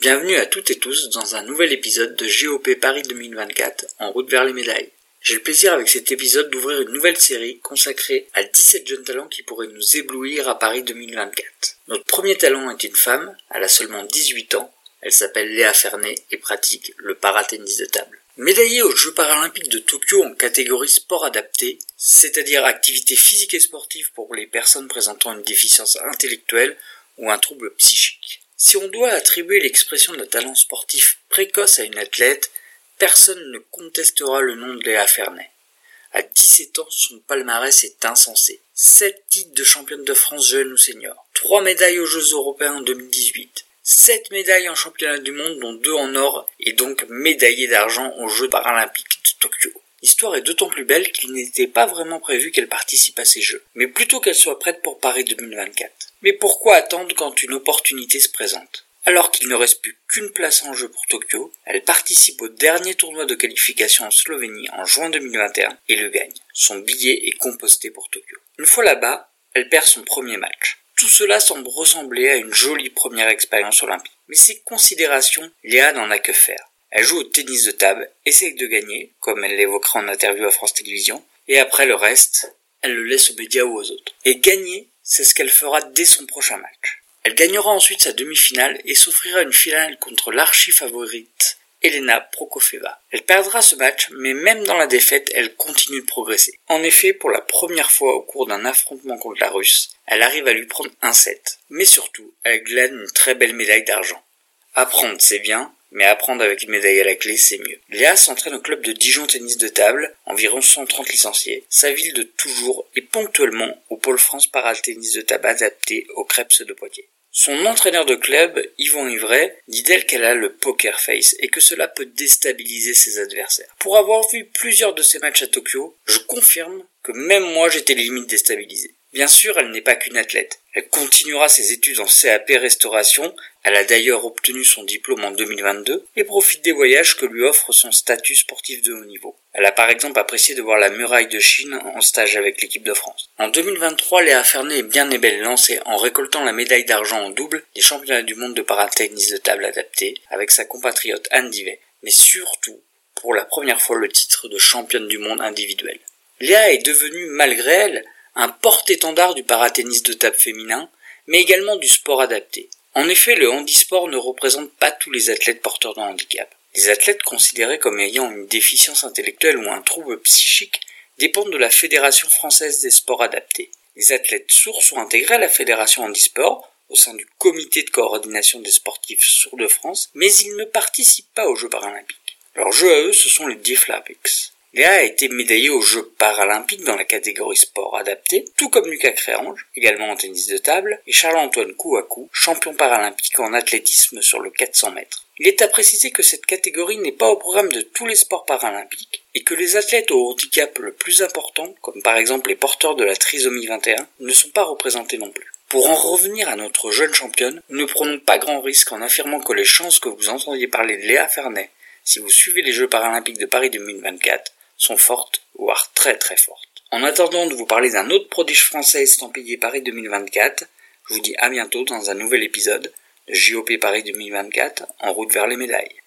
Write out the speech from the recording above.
Bienvenue à toutes et tous dans un nouvel épisode de JOP Paris 2024 en route vers les médailles. J'ai le plaisir avec cet épisode d'ouvrir une nouvelle série consacrée à 17 jeunes talents qui pourraient nous éblouir à Paris 2024. Notre premier talent est une femme, elle a seulement 18 ans, elle s'appelle Léa Fernet et pratique le paratennis de table. Médaillée aux Jeux paralympiques de Tokyo en catégorie sport adapté, c'est-à-dire activité physique et sportive pour les personnes présentant une déficience intellectuelle ou un trouble psychique. Si on doit attribuer l'expression d'un talent sportif précoce à une athlète, personne ne contestera le nom de Léa Fernet. À 17 ans, son palmarès est insensé. 7 titres de championne de France jeune ou senior, 3 médailles aux Jeux européens en 2018, 7 médailles en championnat du monde dont 2 en or et donc médaillée d'argent aux Jeux paralympiques de Tokyo. L'histoire est d'autant plus belle qu'il n'était pas vraiment prévu qu'elle participe à ces Jeux, mais plutôt qu'elle soit prête pour Paris 2024. Mais pourquoi attendre quand une opportunité se présente ? Alors qu'il ne reste plus qu'une place en jeu pour Tokyo, elle participe au dernier tournoi de qualification en Slovénie en juin 2021 et le gagne. Son billet est composté pour Tokyo. Une fois là-bas, elle perd son premier match. Tout cela semble ressembler à une jolie première expérience olympique. Mais ces considérations, Léa n'en a que faire. Elle joue au tennis de table, essaye de gagner, comme elle l'évoquera en interview à France Télévisions, et après le reste, elle le laisse aux médias ou aux autres. Et gagner, c'est ce qu'elle fera dès son prochain match. Elle gagnera ensuite sa demi-finale et s'offrira une finale contre l'archi-favorite Elena Prokofeva. Elle perdra ce match, mais même dans la défaite, elle continue de progresser. En effet, pour la première fois au cours d'un affrontement contre la Russe, elle arrive à lui prendre un set. Mais surtout, elle glane une très belle médaille d'argent. Apprendre, c'est bien, mais apprendre avec une médaille à la clé, c'est mieux. Léa s'entraîne au club de Dijon Tennis de Table, environ 130 licenciés, sa ville de toujours et ponctuellement au pôle France Paratennis de Table adapté au Krebs de Poitiers. Son entraîneur de club, Yvon Ivray, dit d'elle qu'elle a le poker face et que cela peut déstabiliser ses adversaires. Pour avoir vu plusieurs de ses matchs à Tokyo, je confirme que même moi j'étais limite déstabilisé. Bien sûr, elle n'est pas qu'une athlète. Elle continuera ses études en CAP restauration, elle a d'ailleurs obtenu son diplôme en 2022 et profite des voyages que lui offre son statut sportif de haut niveau. Elle a par exemple apprécié de voir la muraille de Chine en stage avec l'équipe de France. En 2023, Léa Fernet est bien et belle lancée en récoltant la médaille d'argent en double des championnats du monde de paratennis de table adapté avec sa compatriote Anne Divet, mais surtout, pour la première fois, le titre de championne du monde individuelle. Léa est devenue, malgré elle, un porte-étendard du paratennis de table féminin, mais également du sport adapté. En effet, le handisport ne représente pas tous les athlètes porteurs de handicap. Les athlètes considérés comme ayant une déficience intellectuelle ou un trouble psychique dépendent de la Fédération française des sports adaptés. Les athlètes sourds sont intégrés à la Fédération handisport, au sein du comité de coordination des sportifs sourds de France, mais ils ne participent pas aux Jeux paralympiques. Leurs jeux à eux, ce sont les Deaflympics. Léa a été médaillée aux Jeux paralympiques dans la catégorie sport adapté, tout comme Lucas Créange, également en tennis de table, et Charles-Antoine Kouakou, champion paralympique en athlétisme sur le 400 mètres. Il est à préciser que cette catégorie n'est pas au programme de tous les sports paralympiques, et que les athlètes au handicap le plus important, comme par exemple les porteurs de la trisomie 21, ne sont pas représentés non plus. Pour en revenir à notre jeune championne, nous ne prenons pas grand risque en affirmant que les chances que vous entendiez parler de Léa Fernet, si vous suivez les Jeux paralympiques de Paris 2024, sont fortes, voire très très fortes. En attendant de vous parler d'un autre prodige français estampillé Paris 2024, je vous dis à bientôt dans un nouvel épisode de JOP Paris 2024 en route vers les médailles.